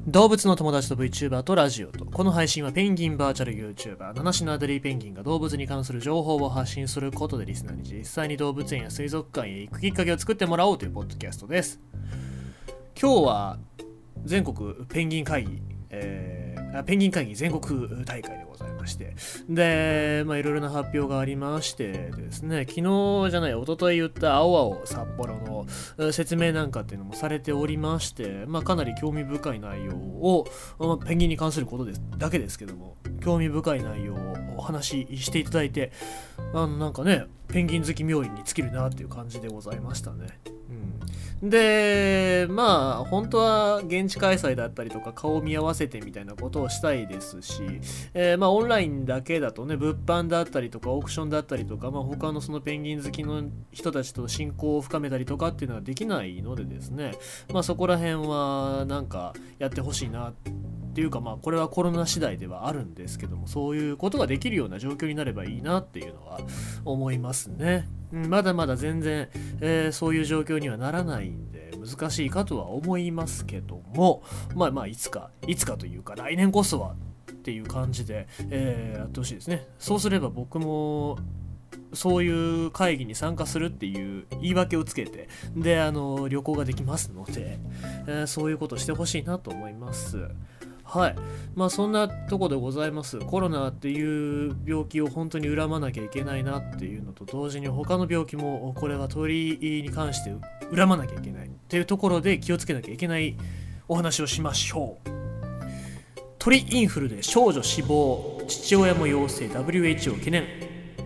動物の友達と VTuber とラジオと。この配信はペンギンバーチャル YouTuber 七種のアデリーペンギンが動物に関する情報を発信することでリスナーに実際に動物園や水族館へ行くきっかけを作ってもらおうというポッドキャストです。今日は全国ペンギン会議、ペンギン会議全国大会でございまして、で、いろいろな発表がありましてですね、昨日じゃない、一昨日言った青々札幌の説明なんかっていうのもされておりまして、かなり興味深い内容を、ペンギンに関することだけですけども、興味深い内容をお話ししていただいて、なんかね、ペンギン好き冥利に尽きるなっていう感じでございましたね。で、本当は現地開催だったりとか顔を見合わせてみたいなことをしたいですし、オンラインだけだとね、物販だったりとかオークションだったりとか、他のそのペンギン好きの人たちと親交を深めたりとかっていうのはできないのでですね、そこら辺はなんかやってほしいなっていうか、これはコロナ次第ではあるんですけども、そういうことができるような状況になればいいなっていうのは思いますね。まだまだ全然、そういう状況にはならないんで難しいかとは思いますけども、いつかというか来年こそはっていう感じで、やってほしいですね。そうすれば僕もそういう会議に参加するっていう言い訳をつけて、で旅行ができますので、そういうことをしてほしいなと思います。はい。そんなとこでございます。コロナっていう病気を本当に恨まなきゃいけないなっていうのと同時に、他の病気もこれは鳥に関して恨まなきゃいけないっていうところで気をつけなきゃいけないお話をしましょう。鳥インフルで少女死亡、父親も陽性、 WHO 懸念。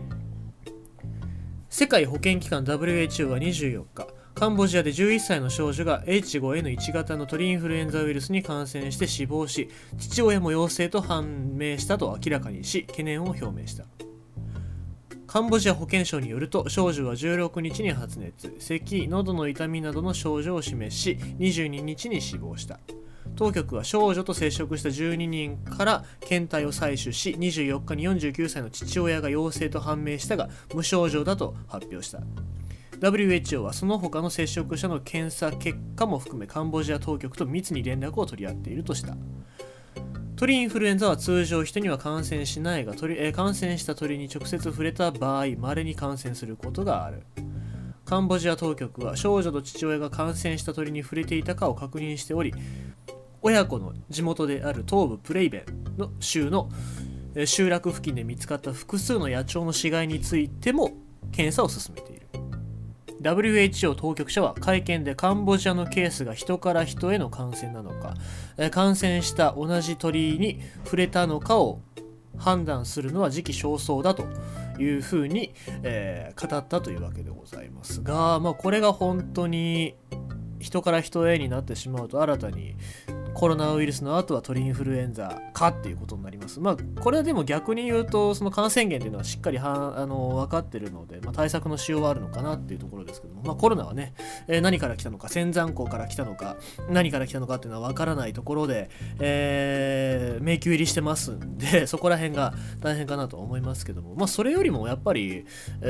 世界保健機関 WHO は24日、カンボジアで11歳の少女が H5N1 型の鳥インフルエンザウイルスに感染して死亡し、父親も陽性と判明したと明らかにし、懸念を表明した。カンボジア保健省によると、少女は16日に発熱、咳、喉の痛みなどの症状を示し、22日に死亡した。当局は少女と接触した12人から検体を採取し、24日に49歳の父親が陽性と判明したが無症状だと発表した。WHO はその他の接触者の検査結果も含め、カンボジア当局と密に連絡を取り合っているとした。鳥インフルエンザは通常人には感染しないが、感染した鳥に直接触れた場合、稀に感染することがある。カンボジア当局は少女と父親が感染した鳥に触れていたかを確認しており、親子の地元である東部プレイベンの州の集落付近で見つかった複数の野鳥の死骸についても検査を進めている。WHO 当局者は会見で、カンボジアのケースが人から人への感染なのか、感染した同じ鳥に触れたのかを判断するのは時期尚早だというふうに、語ったというわけでございますが、これが本当に人から人へになってしまうと、新たにコロナウイルスの後は鳥インフルエンザかっていうことになります。これはでも逆に言うと、その感染源っていうのはしっかり分かってるので、対策のしようはあるのかなっていうところですけども、コロナはね、何から来たのか、仙山港から来たのか、何から来たのかっていうのは分からないところで、迷宮入りしてますんで、そこら辺が大変かなと思いますけども、それよりもやっぱり、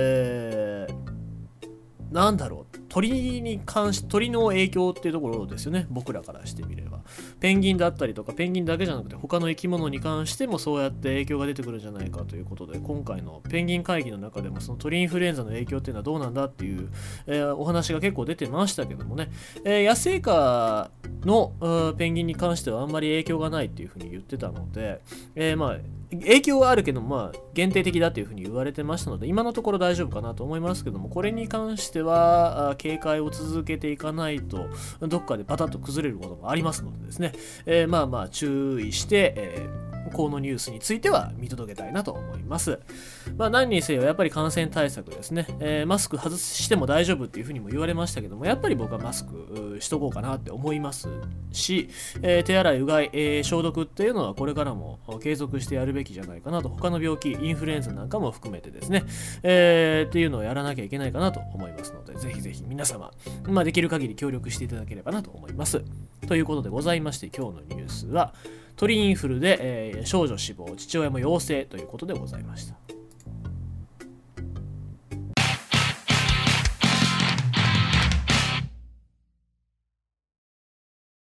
鳥の影響っていうところですよね。僕らからしてみれば、ペンギンだったりとか、ペンギンだけじゃなくて他の生き物に関してもそうやって影響が出てくるんじゃないかということで、今回のペンギン会議の中でもその鳥インフルエンザの影響っていうのはどうなんだっていう、お話が結構出てましたけどもね、野生下のペンギンに関してはあんまり影響がないっていうふうに言ってたので、影響はあるけど限定的だというふうに言われてましたので、今のところ大丈夫かなと思いますけども、これに関しては警戒を続けていかないと、どっかでパタッと崩れることもありますのでですね、注意して、このニュースについては見届けたいなと思います。何にせよやっぱり感染対策ですね、マスク外しても大丈夫っていうふうにも言われましたけども、やっぱり僕はマスクしとこうかなって思いますし、手洗いうがい、消毒っていうのはこれからも継続してやるべきじゃないかなと、他の病気、インフルエンザなんかも含めてですね、っていうのをやらなきゃいけないかなと思いますので、ぜひぜひ皆様、できる限り協力していただければなと思います。ということでございまして、今日のニュースは鳥インフルで、少女死亡、父親も陽性ということでございました。